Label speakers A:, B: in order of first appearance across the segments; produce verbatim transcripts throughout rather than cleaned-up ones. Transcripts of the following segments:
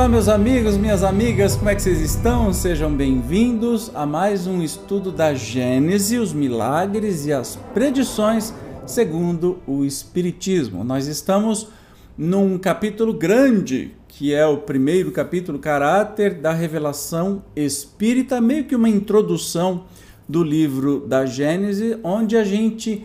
A: Olá, meus amigos, minhas amigas, como é que vocês estão? Sejam bem-vindos a mais um estudo da Gênese, os milagres e as predições segundo o Espiritismo. Nós estamos num capítulo grande, que é o primeiro capítulo, Caráter da Revelação Espírita, meio que uma introdução do livro da Gênese, onde a gente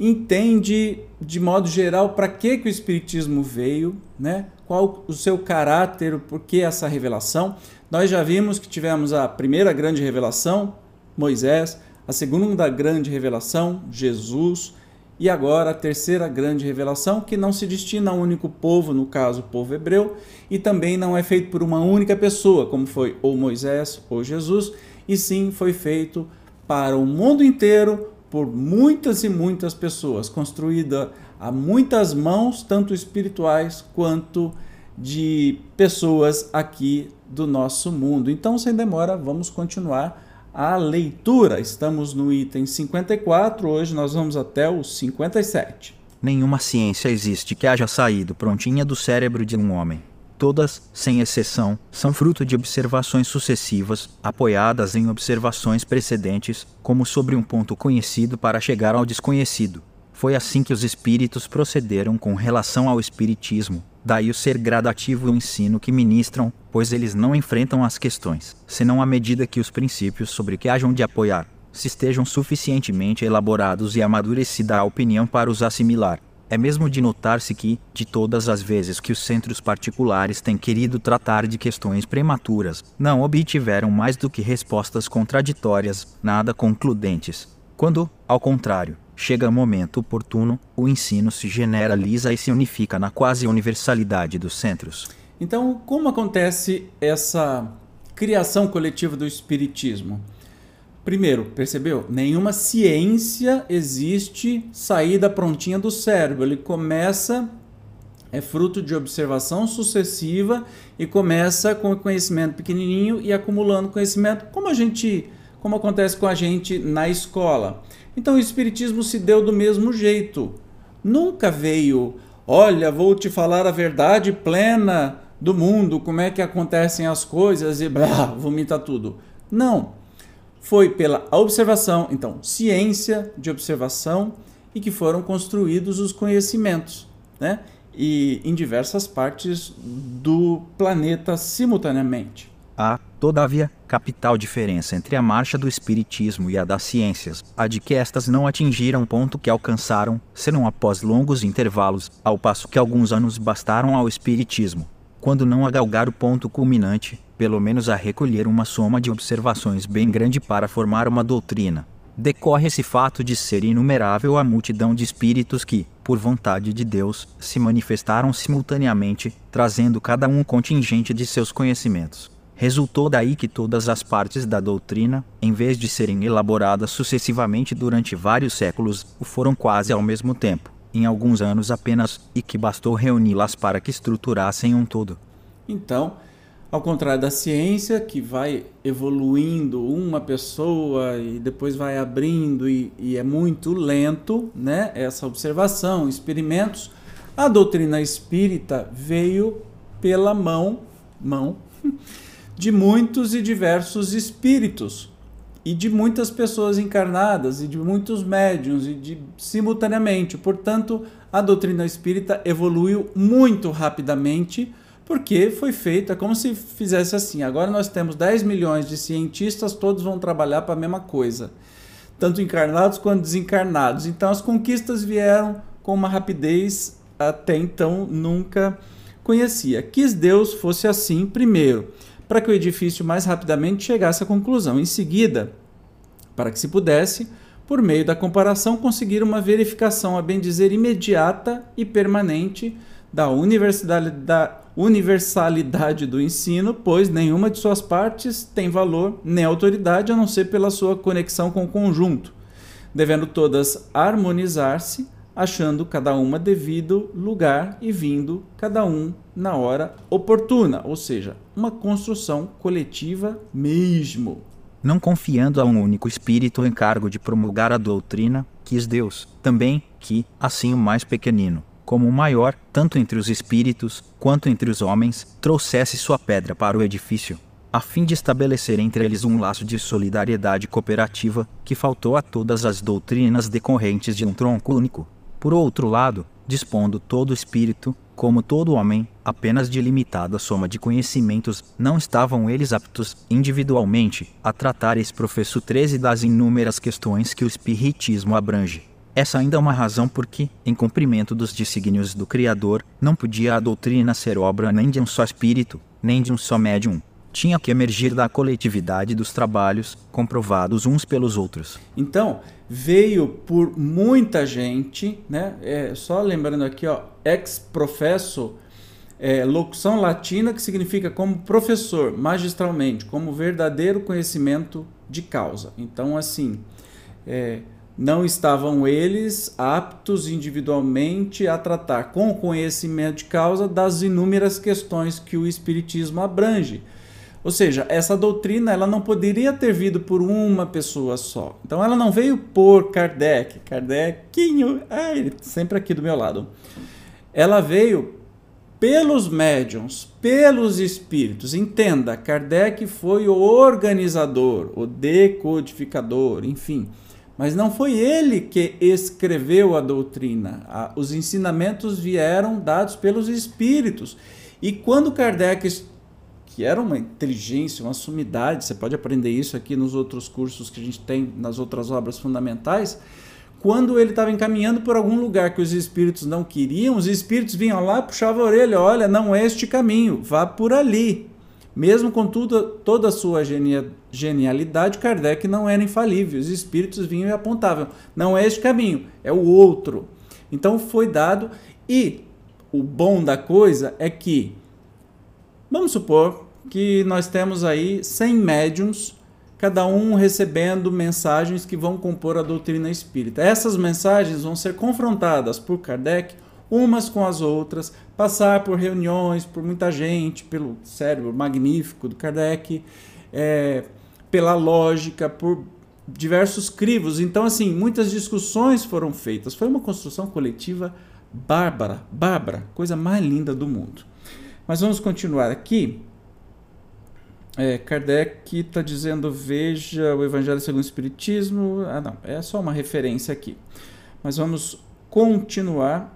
A: entende de modo geral para que, que o Espiritismo veio, né? Qual o seu caráter, por que essa revelação. Nós já vimos que tivemos a primeira grande revelação, Moisés, a segunda grande revelação, Jesus, e agora a terceira grande revelação, que não se destina a um único povo, no caso o povo hebreu, e também não é feito por uma única pessoa, como foi ou Moisés ou Jesus, e sim foi feito para o mundo inteiro, por muitas e muitas pessoas, construída a muitas mãos, tanto espirituais quanto de pessoas aqui do nosso mundo. Então, sem demora, vamos continuar a leitura. Estamos no item cinquenta e quatro, hoje nós vamos até o cinquenta e sete.
B: Nenhuma ciência existe que haja saído prontinha do cérebro de um homem. Todas, sem exceção, são fruto de observações sucessivas, apoiadas em observações precedentes, como sobre um ponto conhecido para chegar ao desconhecido. Foi assim que os espíritos procederam com relação ao espiritismo, daí o ser gradativo o ensino que ministram, pois eles não enfrentam as questões, senão à medida que os princípios sobre que hajam de apoiar, se estejam suficientemente elaborados e amadurecida a opinião para os assimilar. É mesmo de notar-se que, de todas as vezes que os centros particulares têm querido tratar de questões prematuras, não obtiveram mais do que respostas contraditórias, nada concludentes. Quando, ao contrário, chega o momento oportuno, o ensino se generaliza e se unifica na quase universalidade dos centros.
A: Então, como acontece essa criação coletiva do espiritismo? Primeiro, percebeu? Nenhuma ciência existe saída prontinha do cérebro. Ele começa, é fruto de observação sucessiva e começa com o conhecimento pequenininho e acumulando conhecimento, como a gente, como acontece com a gente na escola. Então o espiritismo se deu do mesmo jeito. Nunca veio, olha, vou te falar a verdade plena do mundo, como é que acontecem as coisas e blá, vomita tudo. Não. Foi pela observação, então, ciência de observação, e que foram construídos os conhecimentos, né? E em diversas partes do planeta simultaneamente.
B: Há, todavia, capital diferença entre a marcha do espiritismo e a das ciências, a de que estas não atingiram o ponto que alcançaram, senão após longos intervalos, ao passo que alguns anos bastaram ao espiritismo, quando não a galgar o ponto culminante, pelo menos a recolher uma soma de observações bem grande para formar uma doutrina. Decorre esse fato de ser inumerável a multidão de espíritos que, por vontade de Deus, se manifestaram simultaneamente, trazendo cada um contingente de seus conhecimentos. Resultou daí que todas as partes da doutrina, em vez de serem elaboradas sucessivamente durante vários séculos, o foram quase ao mesmo tempo, em alguns anos apenas, e que bastou reuni-las para que estruturassem um todo.
A: Então, ao contrário da ciência, que vai evoluindo uma pessoa e depois vai abrindo e, e é muito lento, né? Essa observação, experimentos, a doutrina espírita veio pela mão, mão de muitos e diversos espíritos e de muitas pessoas encarnadas e de muitos médiuns e de simultaneamente. Portanto, a doutrina espírita evoluiu muito rapidamente, porque foi feita como se fizesse assim. Agora nós temos dez milhões de cientistas, todos vão trabalhar para a mesma coisa, tanto encarnados quanto desencarnados. Então as conquistas vieram com uma rapidez até então nunca conhecia. Quis Deus fosse assim primeiro, para que o edifício mais rapidamente chegasse à conclusão. Em seguida, para que se pudesse, por meio da comparação, conseguir uma verificação, a bem dizer, imediata e permanente da universidade da universalidade do ensino, pois nenhuma de suas partes tem valor nem autoridade a não ser pela sua conexão com o conjunto, devendo todas harmonizar-se, achando cada uma devido lugar e vindo cada um na hora oportuna, ou seja, uma construção coletiva mesmo.
B: Não confiando a um único espírito o encargo de promulgar a doutrina, quis Deus, também, que, assim o mais pequenino, como o maior, tanto entre os espíritos, quanto entre os homens, trouxesse sua pedra para o edifício, a fim de estabelecer entre eles um laço de solidariedade cooperativa, que faltou a todas as doutrinas decorrentes de um tronco único. Por outro lado, dispondo todo espírito, como todo homem, apenas de limitada soma de conhecimentos, não estavam eles aptos, individualmente, a tratar esse professo treze das inúmeras questões que o espiritismo abrange. Essa ainda é uma razão por que, em cumprimento dos desígnios do Criador, não podia a doutrina ser obra nem de um só espírito, nem de um só médium. Tinha que emergir da coletividade dos trabalhos, comprovados uns pelos outros.
A: Então, veio por muita gente, né? É, só lembrando aqui, ó, ex professo, é, locução latina que significa como professor, magistralmente, como verdadeiro conhecimento de causa. Então, assim, é, não estavam eles aptos individualmente a tratar com conhecimento de causa das inúmeras questões que o Espiritismo abrange. Ou seja, essa doutrina ela não poderia ter vindo por uma pessoa só. Então ela não veio por Kardec, Kardecinho, ai, sempre aqui do meu lado. Ela veio pelos médiuns, pelos espíritos. Entenda, Kardec foi o organizador, o decodificador, enfim. Mas não foi ele que escreveu a doutrina. Os ensinamentos vieram dados pelos espíritos. E quando Kardec, que era uma inteligência, uma sumidade, você pode aprender isso aqui nos outros cursos que a gente tem, nas outras obras fundamentais, quando ele estava encaminhando por algum lugar que os espíritos não queriam, os espíritos vinham lá e puxavam a orelha, olha, não é este caminho, vá por ali. Mesmo com tudo, toda a sua genialidade, Kardec não era infalível, os espíritos vinham e apontavam, não é este caminho, é o outro. Então foi dado, e o bom da coisa é que, vamos supor que nós temos aí cem médiuns, cada um recebendo mensagens que vão compor a doutrina espírita. Essas mensagens vão ser confrontadas por Kardec, umas com as outras, passar por reuniões, por muita gente, pelo cérebro magnífico do Kardec, é, pela lógica, por diversos crivos. Então, assim, muitas discussões foram feitas. Foi uma construção coletiva bárbara, bárbara, coisa mais linda do mundo. Mas vamos continuar aqui. É, Kardec está dizendo, veja o Evangelho segundo o Espiritismo. Ah, não, é só uma referência aqui. Mas vamos continuar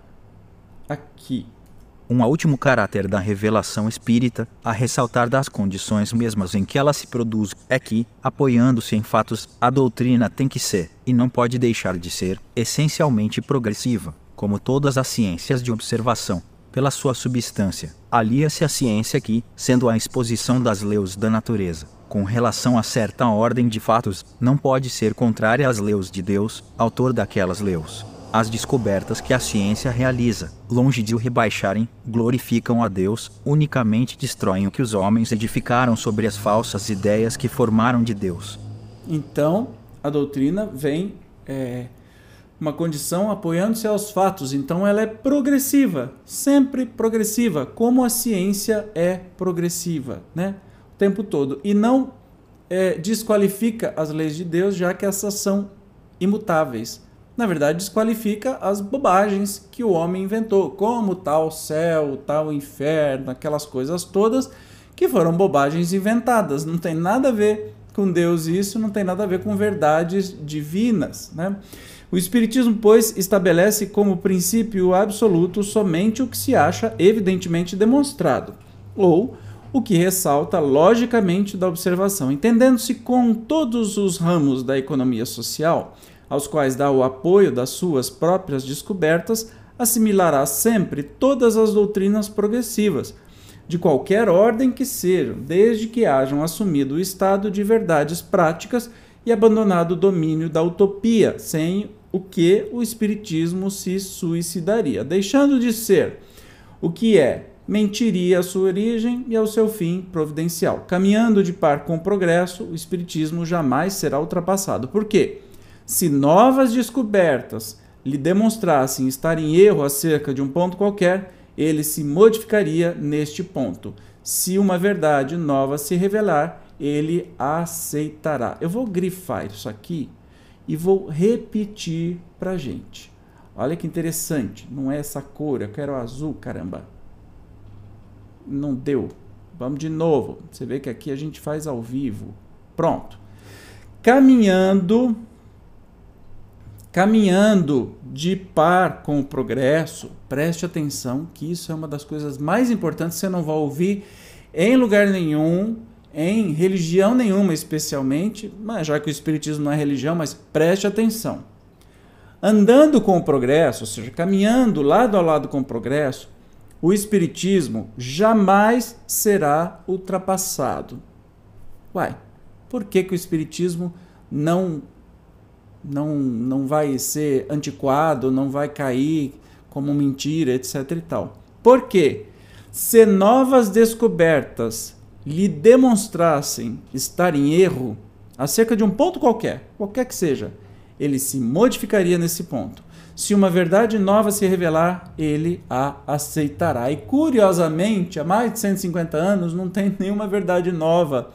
A: aqui.
B: Um último caráter da revelação espírita, a ressaltar das condições mesmas em que ela se produz, é que, apoiando-se em fatos, a doutrina tem que ser, e não pode deixar de ser, essencialmente progressiva, como todas as ciências de observação. Pela sua substância, alia-se a ciência que, sendo a exposição das leis da natureza, com relação a certa ordem de fatos, não pode ser contrária às leis de Deus, autor daquelas leis. As descobertas que a ciência realiza, longe de o rebaixarem, glorificam a Deus, unicamente destroem o que os homens edificaram sobre as falsas ideias que formaram de Deus.
A: Então, a doutrina vem... É... uma condição apoiando-se aos fatos, então ela é progressiva, sempre progressiva, como a ciência é progressiva, né? O tempo todo, e não é, desqualifica as leis de Deus, já que essas são imutáveis. Na verdade, desqualifica as bobagens que o homem inventou, como tal céu, tal inferno, aquelas coisas todas que foram bobagens inventadas, não tem nada a ver com Deus isso, não tem nada a ver com verdades divinas, né? O Espiritismo, pois, estabelece como princípio absoluto somente o que se acha evidentemente demonstrado, ou o que ressalta logicamente da observação, entendendo-se com todos os ramos da economia social, aos quais dá o apoio das suas próprias descobertas, assimilará sempre todas as doutrinas progressivas, de qualquer ordem que sejam, desde que hajam assumido o estado de verdades práticas e abandonado o domínio da utopia, sem o que o Espiritismo se suicidaria. Deixando de ser o que é, mentiria à sua origem e ao seu fim providencial. Caminhando de par com o progresso, o Espiritismo jamais será ultrapassado. Por quê? Se novas descobertas lhe demonstrassem estar em erro acerca de um ponto qualquer, ele se modificaria neste ponto. Se uma verdade nova se revelar, ele aceitará. Eu vou grifar isso aqui e vou repetir para a gente. Olha que interessante, não é essa cor, eu quero azul, caramba. Não deu. Vamos de novo. Você vê que aqui a gente faz ao vivo. Pronto. Caminhando, caminhando de par com o progresso, preste atenção que isso é uma das coisas mais importantes, você não vai ouvir em lugar nenhum, em religião nenhuma especialmente, mas já que o Espiritismo não é religião, mas preste atenção. Andando com o progresso, ou seja, caminhando lado a lado com o progresso, o Espiritismo jamais será ultrapassado. Uai, por que, que o Espiritismo não, não, não vai ser antiquado, não vai cair como mentira, etc e tal? Porque se novas descobertas lhe demonstrassem estar em erro acerca de um ponto qualquer, qualquer que seja, ele se modificaria nesse ponto. Se uma verdade nova se revelar, ele a aceitará. E curiosamente, há mais de cento e cinquenta anos, não tem nenhuma verdade nova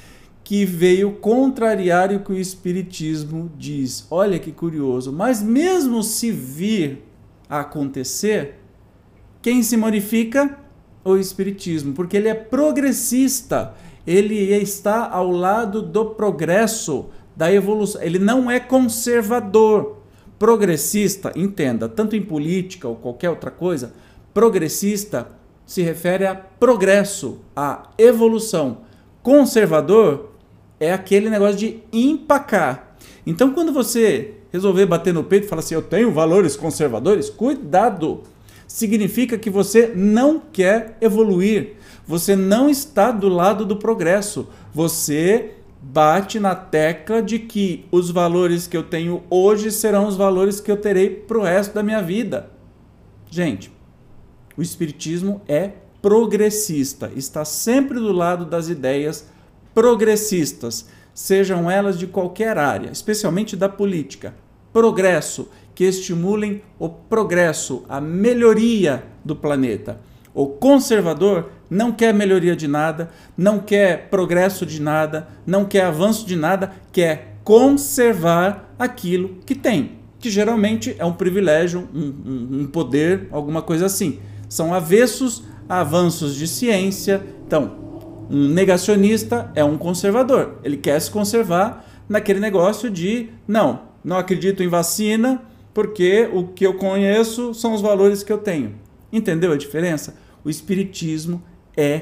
A: que veio contrariar o que o Espiritismo diz. Olha que curioso. Mas mesmo se vir a acontecer, quem se modifica? O Espiritismo, porque ele é progressista. Ele está ao lado do progresso, da evolução. Ele não é conservador. Progressista, entenda, tanto em política ou qualquer outra coisa, progressista se refere a progresso, a evolução. Conservador é aquele negócio de empacar. Então, quando você resolver bater no peito e falar assim, eu tenho valores conservadores, cuidado. Significa que você não quer evoluir. Você não está do lado do progresso. Você bate na tecla de que os valores que eu tenho hoje serão os valores que eu terei para o resto da minha vida. Gente, o Espiritismo é progressista, está sempre do lado das ideias progressistas, sejam elas de qualquer área, especialmente da política. Progresso, que estimulem o progresso, a melhoria do planeta. O conservador não quer melhoria de nada, não quer progresso de nada, não quer avanço de nada, quer conservar aquilo que tem, que geralmente é um privilégio, um, um, um poder, alguma coisa assim. São avessos a avanços de ciência. Então, um negacionista é um conservador, ele quer se conservar naquele negócio de, não, não acredito em vacina, porque o que eu conheço são os valores que eu tenho. Entendeu a diferença? O Espiritismo é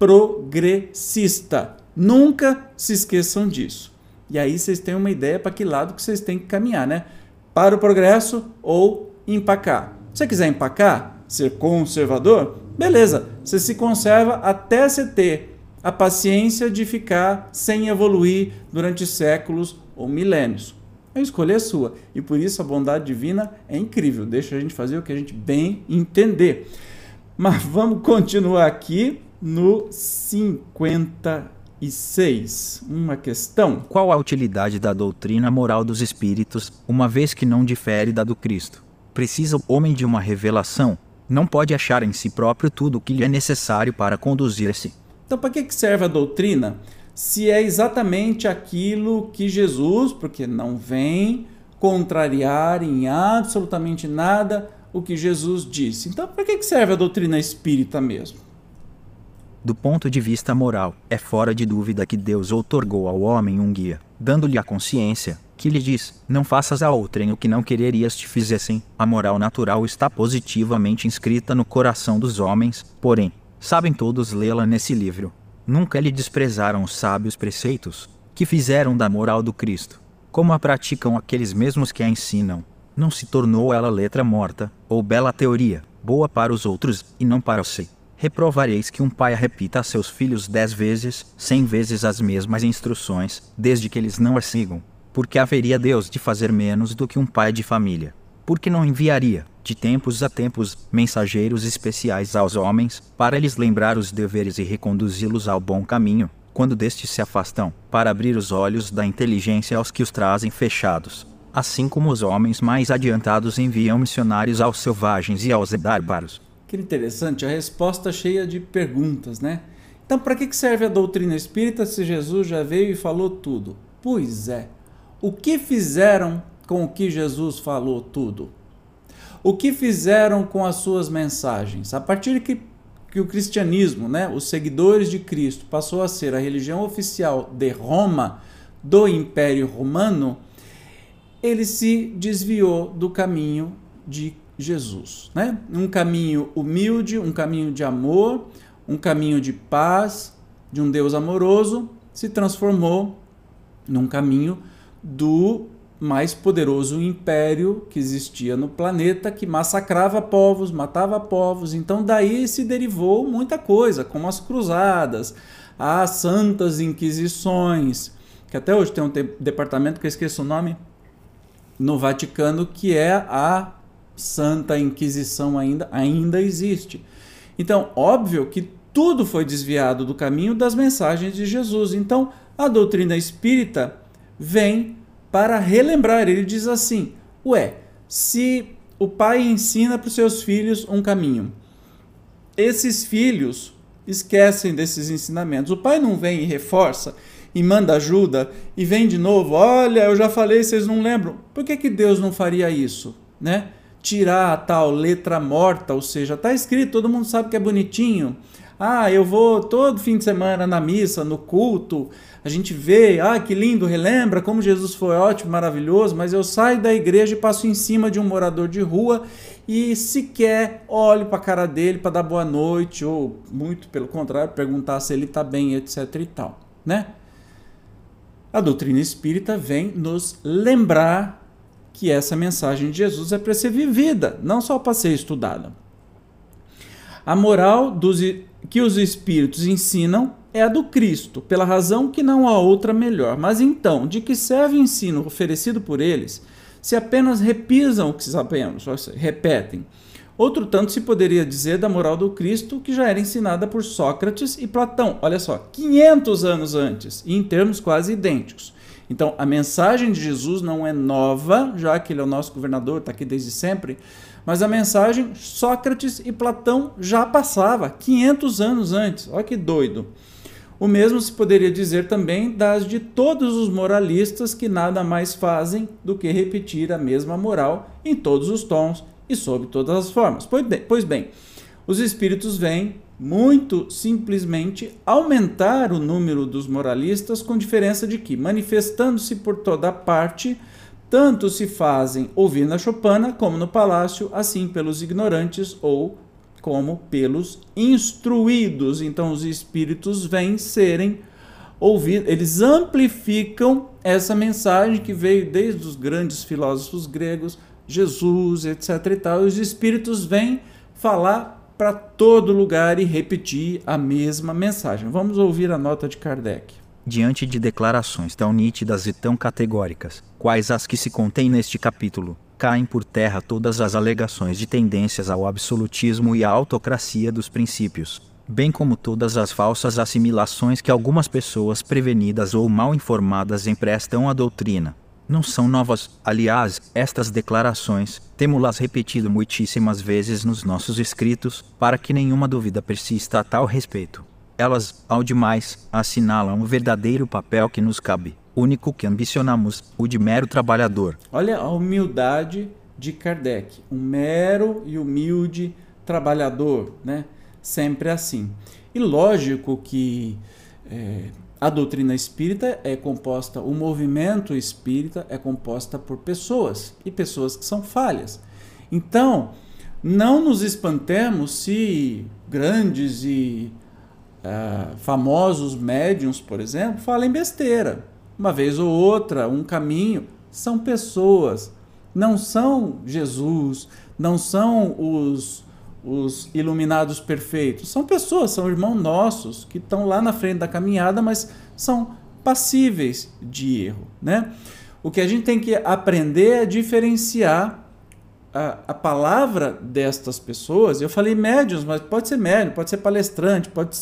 A: progressista. Nunca se esqueçam disso. E aí vocês têm uma ideia para que lado que vocês têm que caminhar, né? Para o progresso ou empacar. Se você quiser empacar, ser conservador, beleza. Você se conserva até você ter a paciência de ficar sem evoluir durante séculos ou milênios. A escolha é sua. E por isso a bondade divina é incrível. Deixa a gente fazer o que a gente bem entender. Mas vamos continuar aqui no cinquenta e seis. Uma questão.
B: Qual a utilidade da doutrina moral dos espíritos, uma vez que não difere da do Cristo? Precisa o homem de uma revelação? Não pode achar em si próprio tudo o que lhe é necessário para conduzir-se.
A: Então, para que serve a doutrina? Se é exatamente aquilo que Jesus, porque não vem contrariar em absolutamente nada o que Jesus disse. Então, para que serve a doutrina espírita mesmo?
B: Do ponto de vista moral, é fora de dúvida que Deus outorgou ao homem um guia, dando-lhe a consciência, que lhe diz, não faças a outrem o que não quererias te fizessem. A moral natural está positivamente inscrita no coração dos homens, porém, sabem todos lê-la nesse livro. Nunca lhe desprezaram os sábios preceitos, que fizeram da moral do Cristo, como a praticam aqueles mesmos que a ensinam. Não se tornou ela letra morta, ou bela teoria, boa para os outros, e não para si. Reprovareis que um pai repita a seus filhos dez vezes, cem vezes as mesmas instruções, desde que eles não as sigam. Porque haveria Deus de fazer menos do que um pai de família? Porque não enviaria, de tempos a tempos, mensageiros especiais aos homens, para lhes lembrar os deveres e reconduzi-los ao bom caminho, quando destes se afastam, para abrir os olhos da inteligência aos que os trazem fechados. Assim como os homens mais adiantados enviam missionários aos selvagens e aos bárbaros.
A: Que interessante, a resposta cheia de perguntas, né? Então, para que serve a doutrina espírita se Jesus já veio e falou tudo? Pois é, o que fizeram com o que Jesus falou tudo? O que fizeram com as suas mensagens? A partir que, que o cristianismo, né, os seguidores de Cristo, passou a ser a religião oficial de Roma, do Império Romano, ele se desviou do caminho de Jesus, né? Um caminho humilde, um caminho de amor, um caminho de paz, de um Deus amoroso, se transformou num caminho do mais poderoso império que existia no planeta, que massacrava povos, matava povos. Então daí se derivou muita coisa, como as cruzadas, as santas inquisições, que até hoje tem um departamento que eu esqueço o nome, no Vaticano, que é a Santa Inquisição, ainda, ainda existe. Então, óbvio que tudo foi desviado do caminho das mensagens de Jesus. Então, a doutrina espírita vem para relembrar. Ele diz assim, ué, se o pai ensina para os seus filhos um caminho, esses filhos esquecem desses ensinamentos, o pai não vem e reforça, e manda ajuda, e vem de novo, olha, eu já falei, vocês não lembram. Por que que Deus não faria isso, né? Tirar a tal letra morta, ou seja, está escrito, todo mundo sabe que é bonitinho. Ah, eu vou todo fim de semana na missa, no culto, a gente vê, ah, que lindo, relembra como Jesus foi ótimo, maravilhoso, mas eu saio da igreja e passo em cima de um morador de rua e sequer olho para a cara dele para dar boa noite, ou muito pelo contrário, perguntar se ele está bem, etc e tal, né? A doutrina espírita vem nos lembrar que essa mensagem de Jesus é para ser vivida, não só para ser estudada. A moral dos, que os espíritos ensinam é a do Cristo, pela razão que não há outra melhor. Mas então, de que serve o ensino oferecido por eles, se apenas repisam o que sabemos, ou seja, repetem? Outro tanto se poderia dizer da moral do Cristo, que já era ensinada por Sócrates e Platão, olha só, quinhentos anos antes, e em termos quase idênticos. Então, a mensagem de Jesus não é nova, já que ele é o nosso governador, está aqui desde sempre, mas a mensagem Sócrates e Platão já passava, quinhentos anos antes. Olha que doido. O mesmo se poderia dizer também das de todos os moralistas que nada mais fazem do que repetir a mesma moral em todos os tons e sob todas as formas. Pois bem, pois bem, os espíritos vêm muito simplesmente aumentar o número dos moralistas, com diferença de que, manifestando-se por toda parte, tanto se fazem ouvir na choupana como no palácio, assim pelos ignorantes ou como pelos instruídos. Então os espíritos vêm serem ouvidos, eles amplificam essa mensagem que veio desde os grandes filósofos gregos, Jesus, etc e tal, e os espíritos vêm falar para todo lugar e repetir a mesma mensagem. Vamos ouvir a nota de Kardec.
B: Diante de declarações tão nítidas e tão categóricas, quais as que se contêm neste capítulo, caem por terra todas as alegações de tendências ao absolutismo e à autocracia dos princípios, bem como todas as falsas assimilações que algumas pessoas prevenidas ou mal informadas emprestam à doutrina. Não são novas, aliás, estas declarações, temo-las repetido muitíssimas vezes nos nossos escritos, para que nenhuma dúvida persista a tal respeito. Elas, ao demais, assinalam o verdadeiro papel que nos cabe, único que ambicionamos, o de mero trabalhador.
A: Olha a humildade de Kardec, um mero e humilde trabalhador, né? Sempre assim. E lógico que é, a doutrina espírita é composta, o movimento espírita é composta por pessoas, e pessoas que são falhas. Então, não nos espantemos se grandes e uh, famosos médiuns, por exemplo, falem besteira. Uma vez ou outra, um caminho, são pessoas, não são Jesus, não são os, os iluminados perfeitos, são pessoas, são irmãos nossos que estão lá na frente da caminhada, mas são passíveis de erro, né? O que a gente tem que aprender é diferenciar a, a palavra destas pessoas. Eu falei médiuns, mas pode ser médium, pode ser palestrante, pode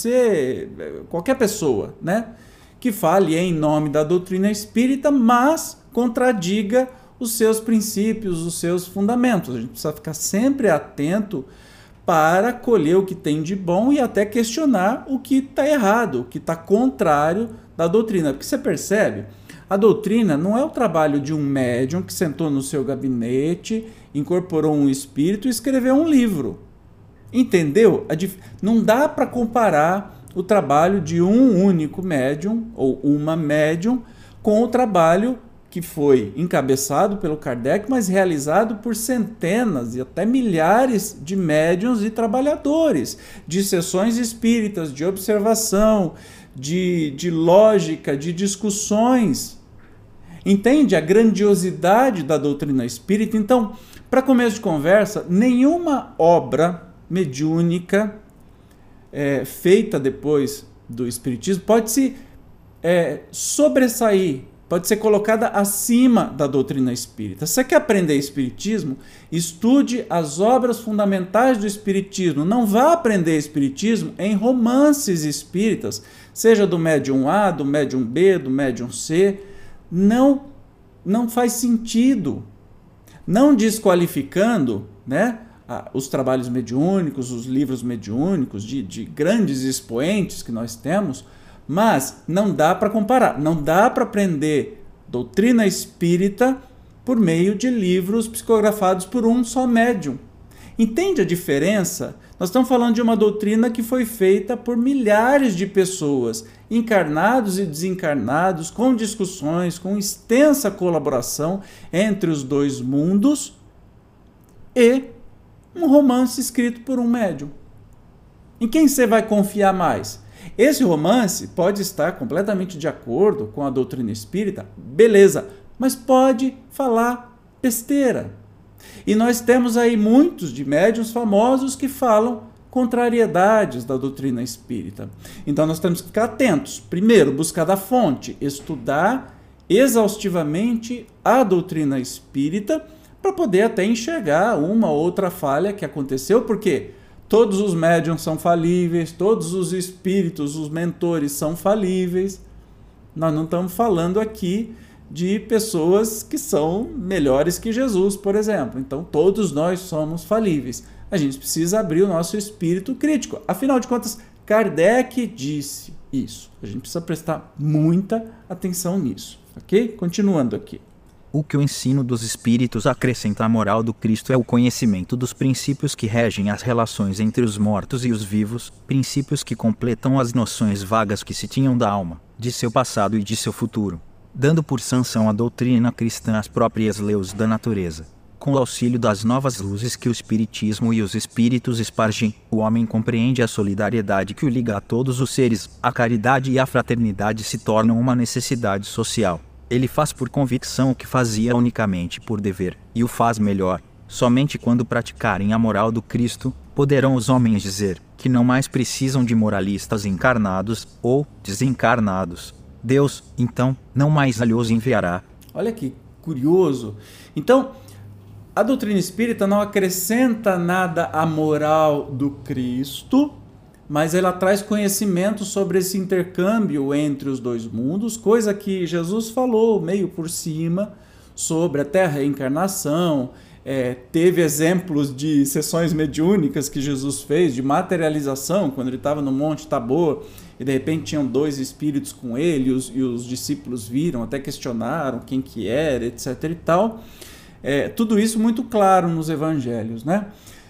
A: ser qualquer pessoa, né? Que fale em nome da doutrina espírita, mas contradiga os seus princípios, os seus fundamentos. A gente precisa ficar sempre atento para colher o que tem de bom e até questionar o que está errado, o que está contrário da doutrina. Porque você percebe, a doutrina não é o trabalho de um médium que sentou no seu gabinete, incorporou um espírito e escreveu um livro. Entendeu? Não dá para comparar o trabalho de um único médium ou uma médium com o trabalho que foi encabeçado pelo Kardec, mas realizado por centenas e até milhares de médiuns e trabalhadores, de sessões espíritas, de observação, de, de lógica, de discussões. Entende a grandiosidade da doutrina espírita? Então, para começo de conversa, nenhuma obra mediúnica é, feita depois do espiritismo pode se é, sobressair, pode ser colocada acima da doutrina espírita. Se você quer aprender espiritismo, estude as obras fundamentais do espiritismo. Não vá aprender espiritismo em romances espíritas, seja do médium A, do médium B, do médium C. Não, não faz sentido. Não desqualificando, né, os trabalhos mediúnicos, os livros mediúnicos de, de grandes expoentes que nós temos, mas não dá para comparar, não dá para aprender doutrina espírita por meio de livros psicografados por um só médium. Entende a diferença? Nós estamos falando de uma doutrina que foi feita por milhares de pessoas, encarnados e desencarnados, com discussões, com extensa colaboração entre os dois mundos, e um romance escrito por um médium. Em quem você vai confiar mais? Esse romance pode estar completamente de acordo com a doutrina espírita, beleza, mas pode falar besteira. E nós temos aí muitos de médiuns famosos que falam contrariedades da doutrina espírita. Então nós temos que ficar atentos. Primeiro, buscar da fonte, estudar exaustivamente a doutrina espírita para poder até enxergar uma ou outra falha que aconteceu, porque todos os médiuns são falíveis, todos os espíritos, os mentores são falíveis. Nós não estamos falando aqui de pessoas que são melhores que Jesus, por exemplo. Então, todos nós somos falíveis. A gente precisa abrir o nosso espírito crítico. Afinal de contas, Kardec disse isso. A gente precisa prestar muita atenção nisso, ok? Continuando aqui.
B: O que o ensino dos espíritos acrescenta à moral do Cristo é o conhecimento dos princípios que regem as relações entre os mortos e os vivos, princípios que completam as noções vagas que se tinham da alma, de seu passado e de seu futuro, dando por sanção à doutrina cristã as próprias leis da natureza. Com o auxílio das novas luzes que o espiritismo e os espíritos espargem, o homem compreende a solidariedade que o liga a todos os seres, a caridade e a fraternidade se tornam uma necessidade social. Ele faz por convicção o que fazia unicamente por dever, e o faz melhor. Somente quando praticarem a moral do Cristo, poderão os homens dizer que não mais precisam de moralistas encarnados ou desencarnados. Deus, então, não mais lhos enviará.
A: Olha que curioso. Então, a doutrina espírita não acrescenta nada à moral do Cristo, mas ela traz conhecimento sobre esse intercâmbio entre os dois mundos, coisa que Jesus falou meio por cima sobre até a reencarnação. É, teve exemplos de sessões mediúnicas que Jesus fez, de materialização, quando ele estava no Monte Tabor, e de repente tinham dois espíritos com ele, e os, e os discípulos viram, até questionaram quem que era, etc e tal. É, tudo isso muito claro nos evangelhos, né?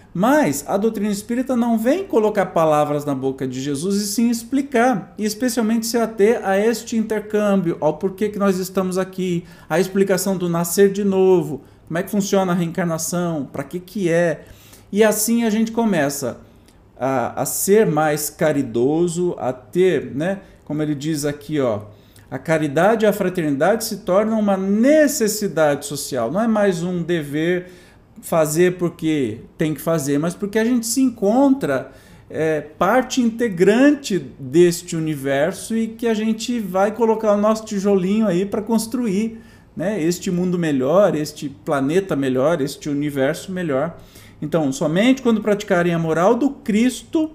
A: Mas a doutrina espírita não vem colocar palavras na boca de Jesus e sim explicar, e especialmente se ater a este intercâmbio, ao porquê que nós estamos aqui, a explicação do nascer de novo, como é que funciona a reencarnação, para que que é. E assim a gente começa a, a ser mais caridoso, a ter, né, como ele diz aqui, ó, a caridade e a fraternidade se tornam uma necessidade social, não é mais um dever fazer porque tem que fazer, mas porque a gente se encontra é, parte integrante deste universo e que a gente vai colocar o nosso tijolinho aí para construir, né, este mundo melhor, este planeta melhor, este universo melhor. Então, somente quando praticarem a moral do Cristo,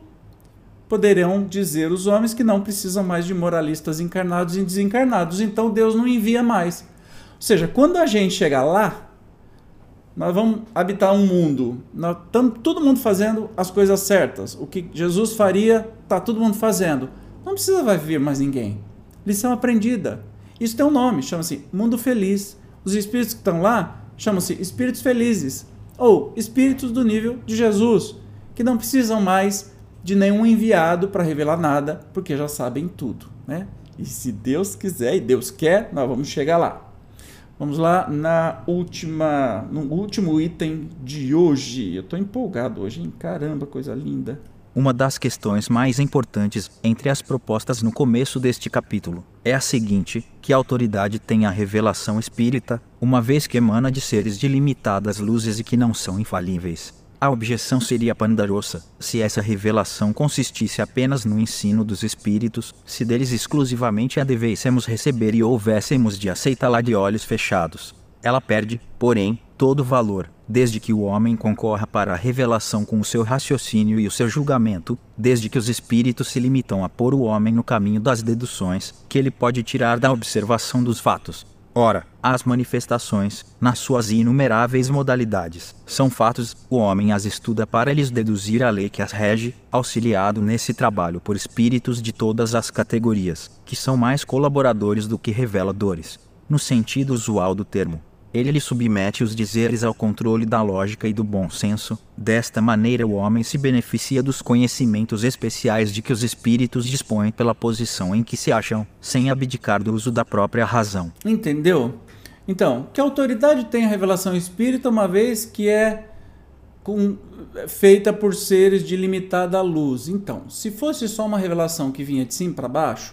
A: poderão dizer os homens que não precisam mais de moralistas encarnados e desencarnados. Então, Deus não envia mais. Ou seja, quando a gente chegar lá, nós vamos habitar um mundo, nós estamos todo mundo fazendo as coisas certas. O que Jesus faria, está todo mundo fazendo. Não precisa vai vir mais ninguém. lição aprendida. Isso tem um nome, chama-se mundo feliz. Os espíritos que estão lá chamam-se espíritos felizes, ou espíritos do nível de Jesus, que não precisam mais de nenhum enviado para revelar nada, porque já sabem tudo, né? E se Deus quiser, e Deus quer, nós vamos chegar lá. Vamos lá na última, no último item de hoje. Eu estou empolgado hoje, hein? Caramba, coisa linda.
B: Uma das questões mais importantes entre as propostas no começo deste capítulo é a seguinte: que autoridade tem a revelação espírita, uma vez que emana de seres de limitadas luzes e que não são infalíveis? A objeção seria pandarosa se essa revelação consistisse apenas no ensino dos espíritos, se deles exclusivamente a devêssemos receber e houvéssemos de aceitá-la de olhos fechados. Ela perde, porém, todo valor, desde que o homem concorra para a revelação com o seu raciocínio e o seu julgamento, desde que os espíritos se limitam a pôr o homem no caminho das deduções que ele pode tirar da observação dos fatos. Ora, as manifestações, nas suas inumeráveis modalidades, são fatos, o homem as estuda para lhes deduzir a lei que as rege, auxiliado nesse trabalho por espíritos de todas as categorias, que são mais colaboradores do que reveladores, no sentido usual do termo. Ele lhe submete os dizeres ao controle da lógica e do bom senso. Desta maneira o homem se beneficia dos conhecimentos especiais de que os espíritos dispõem pela posição em que se acham, sem abdicar do uso da própria razão.
A: Entendeu? Então, que autoridade tem a revelação espírita, uma vez que é com, feita por seres de limitada luz? Então, se fosse só uma revelação que vinha de cima para baixo,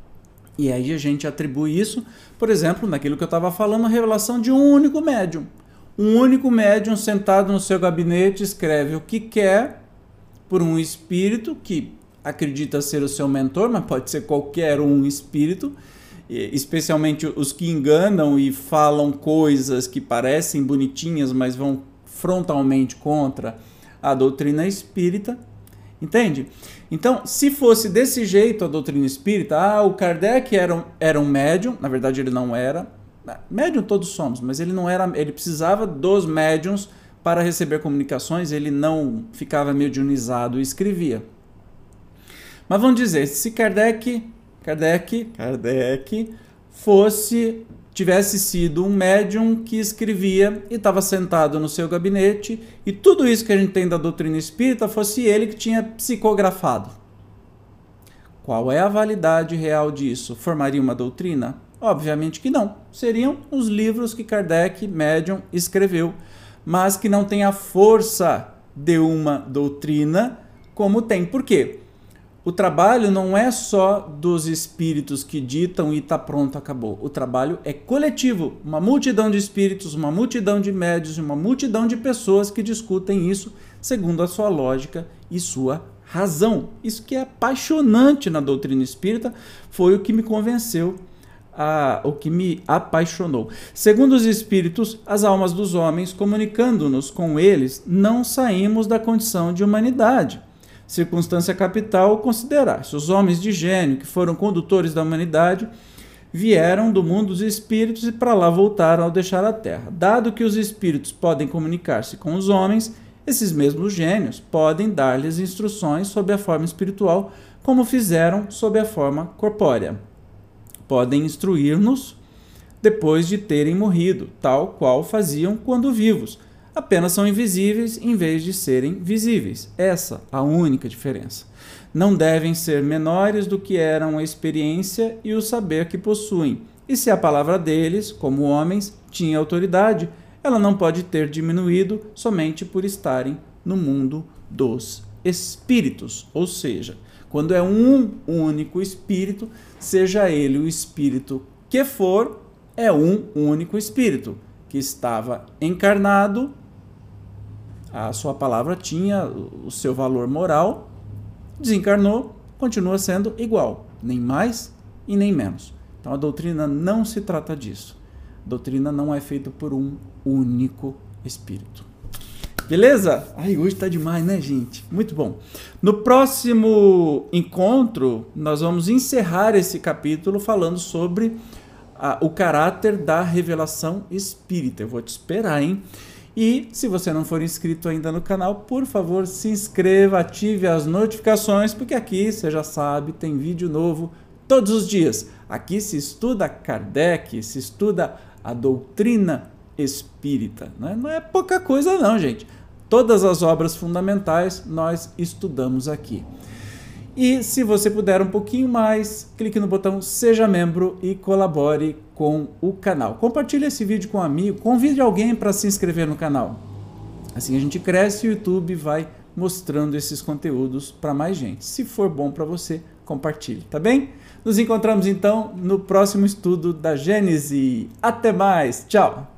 A: e aí a gente atribui isso, por exemplo, naquilo que eu estava falando, a revelação de um único médium. Um único médium sentado no seu gabinete escreve o que quer por um espírito que acredita ser o seu mentor, mas pode ser qualquer um espírito, especialmente os que enganam e falam coisas que parecem bonitinhas, mas vão frontalmente contra a doutrina espírita. Entende? Então, se fosse desse jeito a doutrina espírita, ah, o Kardec era um, era um médium, na verdade ele não era, médium todos somos, mas ele não era, ele precisava dos médiums para receber comunicações, ele não ficava mediunizado e escrevia. Mas vamos dizer, se Kardec, Kardec, Kardec fosse, tivesse sido um médium que escrevia e estava sentado no seu gabinete e tudo isso que a gente tem da doutrina espírita fosse ele que tinha psicografado. Qual é a validade real disso? Formaria uma doutrina? Obviamente que não. Seriam os livros que Kardec, médium, escreveu, mas que não tem a força de uma doutrina como tem. Por quê? O trabalho não é só dos espíritos que ditam e está pronto, acabou. O trabalho é coletivo. Uma multidão de espíritos, uma multidão de médiuns, uma multidão de pessoas que discutem isso segundo a sua lógica e sua razão. Isso que é apaixonante na doutrina espírita foi o que me convenceu, a, o que me apaixonou. Segundo os espíritos, as almas dos homens, comunicando-nos com eles, não saímos da condição de humanidade. Circunstância capital considerar se os homens de gênio que foram condutores da humanidade vieram do mundo dos espíritos e para lá voltaram ao deixar a terra. Dado que os espíritos podem comunicar-se com os homens, esses mesmos gênios podem dar-lhes instruções sob a forma espiritual, como fizeram sob a forma corpórea. Podem instruir-nos depois de terem morrido, tal qual faziam quando vivos. Apenas são invisíveis em vez de serem visíveis. Essa a única diferença. Não devem ser menores do que eram a experiência e o saber que possuem. E se a palavra deles, como homens, tinha autoridade, ela não pode ter diminuído somente por estarem no mundo dos espíritos. Ou seja, quando é um único espírito, seja ele o espírito que for, é um único espírito que estava encarnado. A sua palavra tinha o seu valor moral, desencarnou, continua sendo igual, nem mais e nem menos. Então a doutrina não se trata disso. A doutrina não é feita por um único espírito. Beleza? Ai, hoje tá demais, né, gente? Muito bom. No próximo encontro, nós vamos encerrar esse capítulo falando sobre a, o caráter da revelação espírita. Eu vou te esperar, hein? E se você não for inscrito ainda no canal, por favor, se inscreva, ative as notificações, porque aqui, você já sabe, tem vídeo novo todos os dias. Aqui se estuda Kardec, se estuda a doutrina espírita. Né? Não é pouca coisa não, gente. Todas as obras fundamentais nós estudamos aqui. E se você puder um pouquinho mais, clique no botão Seja Membro e colabore com o canal. Compartilhe esse vídeo com um amigo, convide alguém para se inscrever no canal. Assim a gente cresce e o YouTube vai mostrando esses conteúdos para mais gente. Se for bom para você, compartilhe, tá bem? Nos encontramos então no próximo estudo da Gênese. Até mais, tchau!